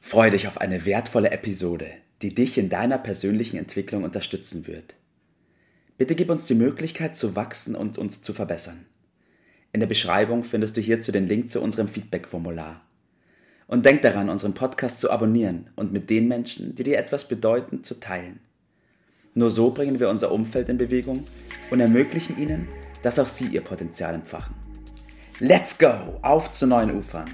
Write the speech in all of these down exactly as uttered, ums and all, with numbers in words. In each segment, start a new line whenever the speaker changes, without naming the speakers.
Freue dich auf eine wertvolle Episode, die dich in deiner persönlichen Entwicklung unterstützen wird. Bitte gib uns die Möglichkeit zu wachsen und uns zu verbessern. In der Beschreibung findest du hierzu den Link zu unserem Feedback-Formular. Und denk daran, unseren Podcast zu abonnieren und mit den Menschen, die dir etwas bedeuten, zu teilen. Nur so bringen wir unser Umfeld in Bewegung und ermöglichen ihnen, dass auch sie ihr Potenzial entfachen. Let's go! Auf zu neuen Ufern!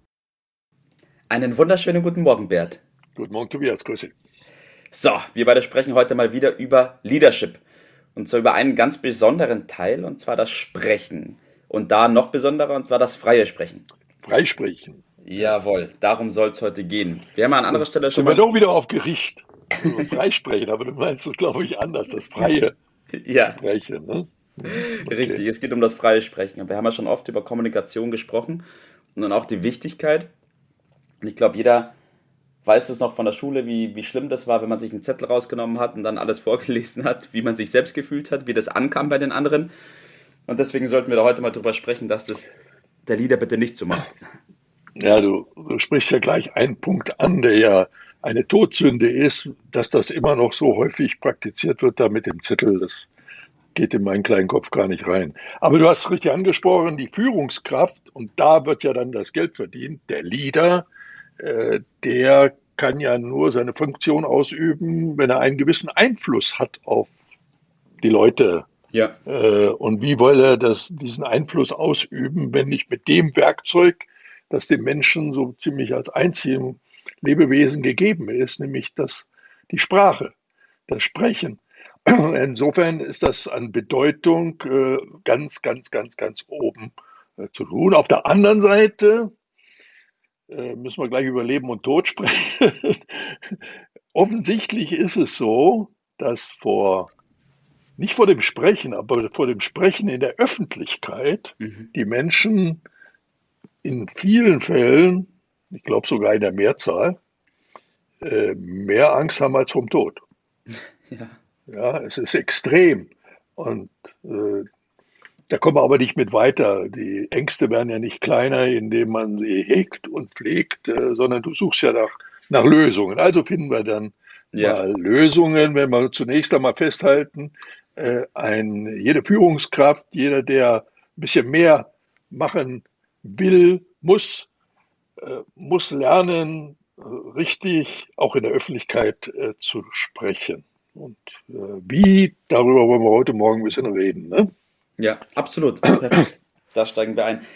Einen wunderschönen guten Morgen, Bert.
Guten Morgen, Tobias. Grüße.
So, wir beide sprechen heute mal wieder über Leadership. Und zwar über einen ganz besonderen Teil, und zwar das Sprechen. Und da noch besonderer, und zwar das freie Sprechen.
Freisprechen.
Jawohl, darum soll es heute gehen. Wir haben an anderer Stelle schon
Sind wir
mal...
doch wieder auf Gericht. Also Freisprechen, aber du meinst es, glaube ich, anders, das freie
Ja,
Sprechen. Ne? Okay.
richtig. Es geht um das freie Sprechen. Und wir haben ja schon oft über Kommunikation gesprochen und dann auch die Wichtigkeit. Und ich glaube, jeder weiß es noch von der Schule, wie, wie schlimm das war, wenn man sich einen Zettel rausgenommen hat und dann alles vorgelesen hat, wie man sich selbst gefühlt hat, wie das ankam bei den anderen. Und deswegen sollten wir da heute mal drüber sprechen, dass das der Leader bitte nicht so macht.
Ja, du, du sprichst ja gleich einen Punkt an, der ja eine Todsünde ist, dass das immer noch so häufig praktiziert wird, da mit dem Zettel. Das geht in meinen kleinen Kopf gar nicht rein. Aber du hast richtig angesprochen, die Führungskraft, und da wird ja dann das Geld verdient, der Leader, äh, der kann ja nur seine Funktion ausüben, wenn er einen gewissen Einfluss hat auf die Leute.
Ja.
Äh, und wie will er das, diesen Einfluss ausüben, wenn nicht mit dem Werkzeug, das dem Menschen so ziemlich als einzigem Lebewesen gegeben ist, nämlich das, die Sprache, das Sprechen. Insofern ist das an Bedeutung äh, ganz, ganz, ganz, ganz oben äh, zu tun. Auf der anderen Seite äh, müssen wir gleich über Leben und Tod sprechen. Offensichtlich ist es so, dass vor, nicht vor dem Sprechen, aber vor dem Sprechen in der Öffentlichkeit
Mhm.
die Menschen in vielen Fällen, ich glaube sogar in der Mehrzahl, äh, mehr Angst haben als vom Tod.
Ja.
Ja, es ist extrem. Und äh, da kommen wir aber nicht mit weiter. Die Ängste werden ja nicht kleiner, indem man sie hegt und pflegt, äh, sondern du suchst ja nach, nach Lösungen. Also finden wir dann
Ja.
mal Lösungen, wenn wir zunächst einmal festhalten, äh, ein, jede Führungskraft, jeder, der ein bisschen mehr machen will, muss, äh, muss lernen, äh, richtig auch in der Öffentlichkeit äh, zu sprechen. Und äh, wie, darüber wollen wir heute Morgen ein bisschen reden. Ne?
Ja, absolut. Perfekt. Da steigen wir ein.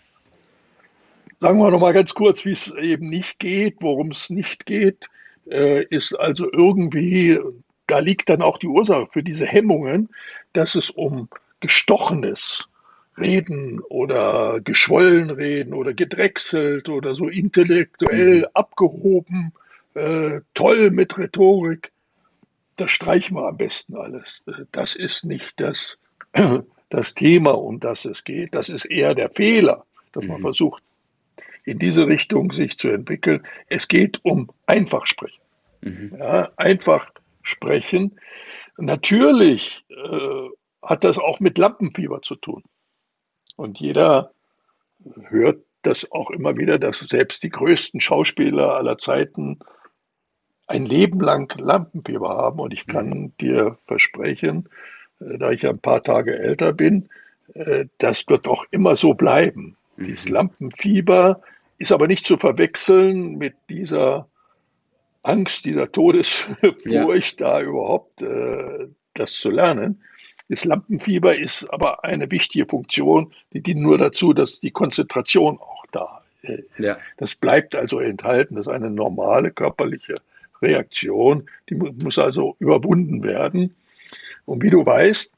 Sagen wir noch mal ganz kurz, wie es eben nicht geht, worum es nicht geht, äh, ist also irgendwie, da liegt dann auch die Ursache für diese Hemmungen, dass es um gestochenes Reden oder geschwollen reden oder gedrechselt oder so intellektuell
Mhm.
abgehoben, äh, toll mit Rhetorik. Das streichen wir am besten alles. Das ist nicht das, das Thema, um das es geht. Das ist eher der Fehler, dass man
Mhm.
versucht, in diese Richtung sich zu entwickeln. Es geht um einfach sprechen.
Mhm.
Ja, einfach sprechen. Natürlich äh, hat das auch mit Lampenfieber zu tun. Und jeder hört das auch immer wieder, dass selbst die größten Schauspieler aller Zeiten ein Leben lang Lampenfieber haben. Und ich kann dir versprechen, äh, da ich ja ein paar Tage älter bin, äh, das wird auch immer so bleiben.
Mhm.
Dieses Lampenfieber ist aber nicht zu verwechseln mit dieser Angst, dieser Todesfurcht,
Ja.
da überhaupt äh, das zu lernen. Das Lampenfieber ist aber eine wichtige Funktion, die dient nur dazu, dass die Konzentration auch da ist.
Ja.
Das bleibt also enthalten, das ist eine normale körperliche Reaktion, die muss also überwunden werden. Und wie du weißt,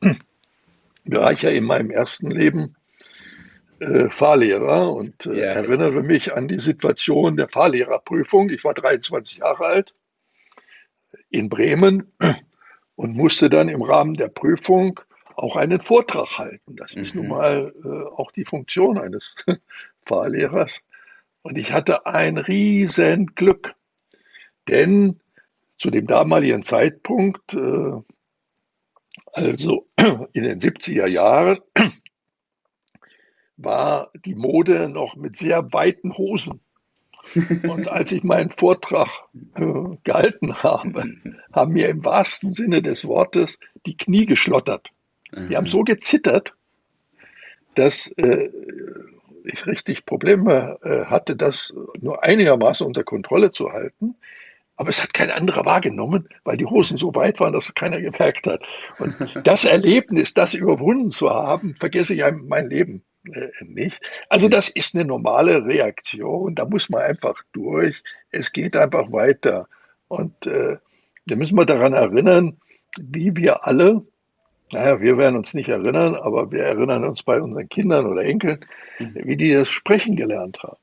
war ich ja in meinem ersten Leben äh, Fahrlehrer und äh,
Ja,
erinnere mich an die Situation der Fahrlehrerprüfung. Ich war dreiundzwanzig Jahre alt in Bremen und musste dann im Rahmen der Prüfung auch einen Vortrag halten. Das ist nun
Mhm.
mal äh, auch die Funktion eines Fahrlehrers. Und ich hatte ein riesen Glück, denn zu dem damaligen Zeitpunkt, äh, also in den siebziger Jahren, war die Mode noch mit sehr weiten Hosen Und als ich meinen Vortrag äh, gehalten habe, haben mir im wahrsten Sinne des Wortes die Knie geschlottert. Die haben
Aha.
so gezittert, dass äh, ich richtig Probleme äh, hatte, das nur einigermaßen unter Kontrolle zu halten. Aber es hat kein anderer wahrgenommen, weil die Hosen so weit waren, dass es keiner gemerkt hat. Und das Erlebnis, das überwunden zu haben, vergesse ich einem mein Leben äh, nicht. Also
Ja.
das ist eine normale Reaktion. Da muss man einfach durch. Es geht einfach weiter. Und äh, da müssen wir daran erinnern, wie wir alle, naja, wir werden uns nicht erinnern, aber wir erinnern uns bei unseren Kindern oder Enkeln,
Mhm.
wie die das Sprechen gelernt haben.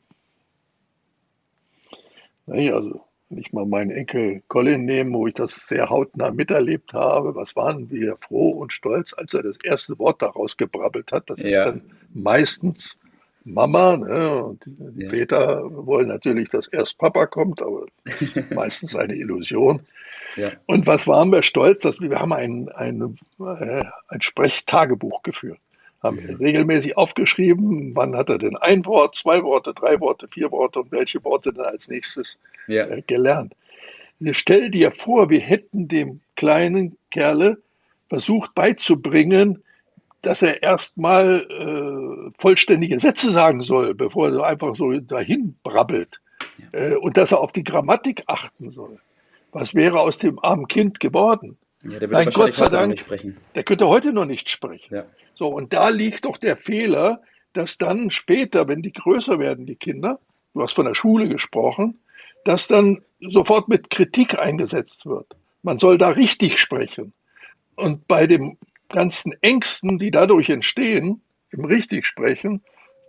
Nicht? Also, wenn ich mal meinen Enkel Colin nehme, wo ich das sehr hautnah miterlebt habe, was waren wir froh und stolz, als er das erste Wort daraus gebrabbelt hat. Das ist
Ja,
dann meistens Mama, ne? Und die, die
ja,
Väter wollen natürlich, dass erst Papa kommt, aber das ist meistens eine Illusion.
ja.
Und was waren wir stolz, dass wir, wir haben ein, ein, äh, ein Sprechtagebuch geführt, haben
Mhm.
regelmäßig aufgeschrieben, wann hat er denn ein Wort, zwei Worte, drei Worte, vier Worte und welche Worte dann als nächstes
Ja,
äh, gelernt. Stell dir vor, wir hätten dem kleinen Kerle versucht beizubringen, dass er erstmal äh, vollständige Sätze sagen soll, bevor er so einfach so dahin brabbelt.
ja.
Äh, und dass er auf die Grammatik achten soll. Was wäre aus dem armen Kind geworden?
Ja, der würde
Nein, Gott
wahrscheinlich
sei
heute noch nicht
Dank,
sprechen.
der könnte heute noch nicht sprechen.
Ja,
So, und da liegt doch der Fehler, dass dann später, wenn die größer werden, die Kinder, du hast von der Schule gesprochen, dass dann sofort mit Kritik eingesetzt wird. Man soll da richtig sprechen. Und bei den ganzen Ängsten, die dadurch entstehen, im Richtigsprechen,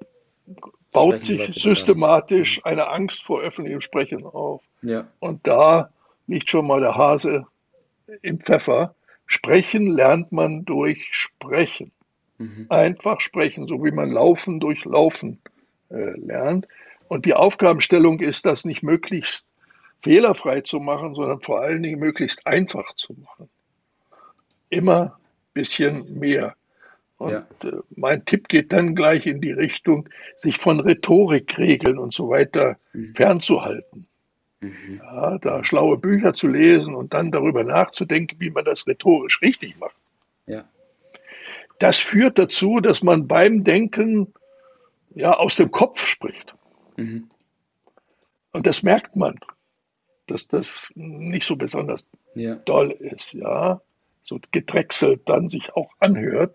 baut
sprechen die
sich
Leute dann gar nicht. Mhm.
systematisch eine Angst vor öffentlichem Sprechen auf.
Ja,
Und da liegt schon mal der Hase im Pfeffer. Sprechen lernt man durch Sprechen.
mhm.
Einfach sprechen, so wie man Laufen durch Laufen äh, lernt. Und die Aufgabenstellung ist, das nicht möglichst fehlerfrei zu machen, sondern vor allen Dingen möglichst einfach zu machen. Immer ein bisschen mehr. Und
Ja,
äh, mein Tipp geht dann gleich in die Richtung, sich von Rhetorikregeln und so weiter
mhm.
fernzuhalten.
Mhm.
Ja, da
Mhm.
schlaue Bücher zu lesen und dann darüber nachzudenken, wie man das rhetorisch richtig macht.
Ja,
Das führt dazu, dass man beim Denken ja aus dem Kopf spricht.
mhm.
Und das merkt man, dass das nicht so besonders
Ja,
doll ist, ja, so gedrechselt dann sich auch anhört.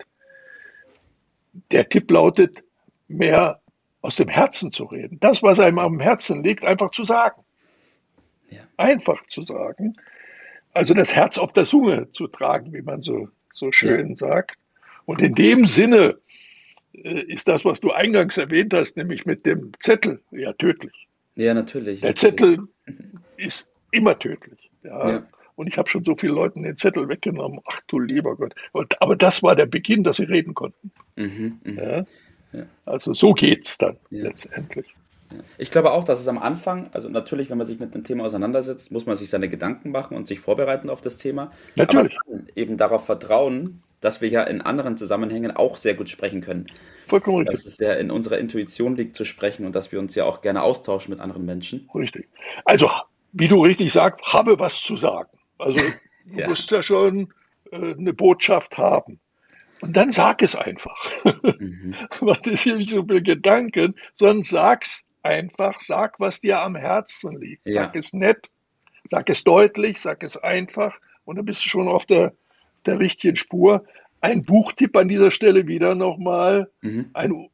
Der Tipp lautet, mehr aus dem Herzen zu reden. Das, was einem am Herzen liegt, einfach zu sagen.
ja,
Einfach zu sagen. Also das Herz auf der Zunge zu tragen, wie man so, so
ja,
schön sagt. Und in dem Sinne äh, ist das, was du eingangs erwähnt hast, nämlich mit dem Zettel, ja tödlich.
ja, natürlich,
Der
natürlich.
Zettel ist immer tödlich. Ja.
Ja,
Und ich habe schon so vielen Leuten den Zettel weggenommen. Ach du lieber Gott. Und, aber das war der Beginn, dass sie reden konnten.
mhm. Mhm.
Ja.
Ja,
Also so geht's dann
ja.
letztendlich.
Ich glaube auch, dass es am Anfang, also natürlich, wenn man sich mit einem Thema auseinandersetzt, muss man sich seine Gedanken machen und sich vorbereiten auf das Thema, aber
Natürlich,
dann eben darauf vertrauen, dass wir ja in anderen Zusammenhängen auch sehr gut sprechen können.
vollkommen richtig.
Dass es ja in unserer Intuition liegt zu sprechen und dass wir uns ja auch gerne austauschen mit anderen Menschen.
Richtig. Also, wie du richtig sagst, habe was zu sagen. Also, du
Ja.
musst ja schon äh, eine Botschaft haben. Und dann sag es einfach.
Mhm.
Was ist hier nicht so viel Gedanken, sondern sag's einfach, sag, was dir am Herzen liegt. Sag
Ja.
es nett, sag es deutlich, sag es einfach und dann bist du schon auf der, der richtigen Spur. Ein Buchtipp an dieser Stelle wieder nochmal,
Mhm.
ein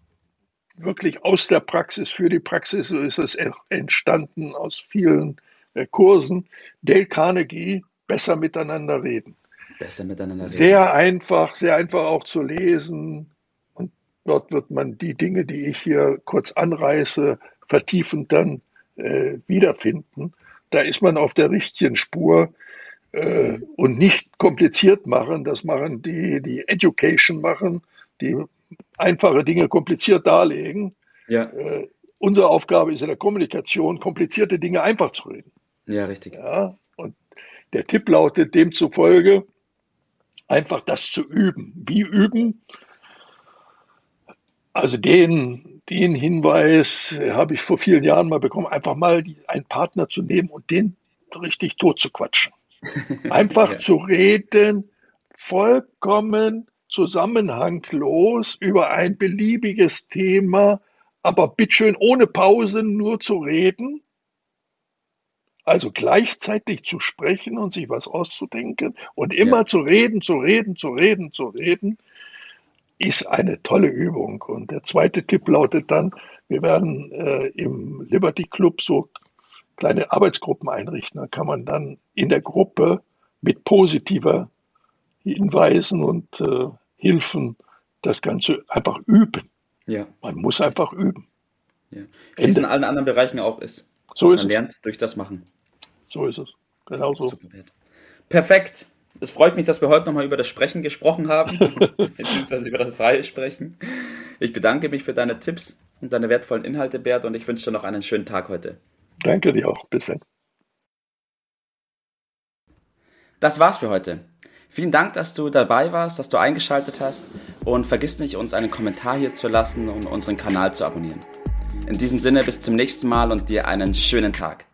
wirklich aus der Praxis für die Praxis, so ist es entstanden aus vielen äh, Kursen. Dale Carnegie, besser miteinander reden.
Besser miteinander reden.
Sehr einfach, sehr einfach auch zu lesen. Und dort wird man die Dinge, die ich hier kurz anreiße, vertiefend dann äh, wiederfinden. Da ist man auf der richtigen Spur äh,
Mhm.
und nicht kompliziert machen. Das machen die, die Education machen, die einfache Dinge kompliziert darlegen.
Ja.
Äh, unsere Aufgabe ist in der Kommunikation, komplizierte Dinge einfach zu reden.
Ja, richtig.
Ja? Und der Tipp lautet demzufolge, einfach das zu üben. Wie üben? Also den, den Hinweis habe ich vor vielen Jahren mal bekommen, einfach mal die, einen Partner zu nehmen und den richtig tot zu quatschen. Einfach ja. zu reden, vollkommen zusammenhanglos über ein beliebiges Thema, aber bitteschön ohne Pausen nur zu reden. Also gleichzeitig zu sprechen und sich was auszudenken und immer ja. zu reden, zu reden, zu reden, zu reden, ist eine tolle Übung. Und der zweite Tipp lautet dann, wir werden äh, im Liberty Club so kleine Arbeitsgruppen einrichten. Da kann man dann in der Gruppe mit positiver Hinweisen und äh, Hilfen das Ganze einfach üben.
Ja.
Man muss einfach üben.
Ja. Wie es in allen anderen Bereichen auch ist.
So ist
man
es.
lernt durch das Machen.
So ist es. Genau so.
Super. Perfekt. Es freut mich, dass wir heute nochmal über das Sprechen gesprochen haben, beziehungsweise über das freie Sprechen. Ich bedanke mich für deine Tipps und deine wertvollen Inhalte, Bert, und ich wünsche dir noch einen schönen Tag heute.
Danke dir auch. Bis dann.
Das war's für heute. Vielen Dank, dass du dabei warst, dass du eingeschaltet hast, und vergiss nicht, uns einen Kommentar hier zu lassen und unseren Kanal zu abonnieren. In diesem Sinne, bis zum nächsten Mal und dir einen schönen Tag.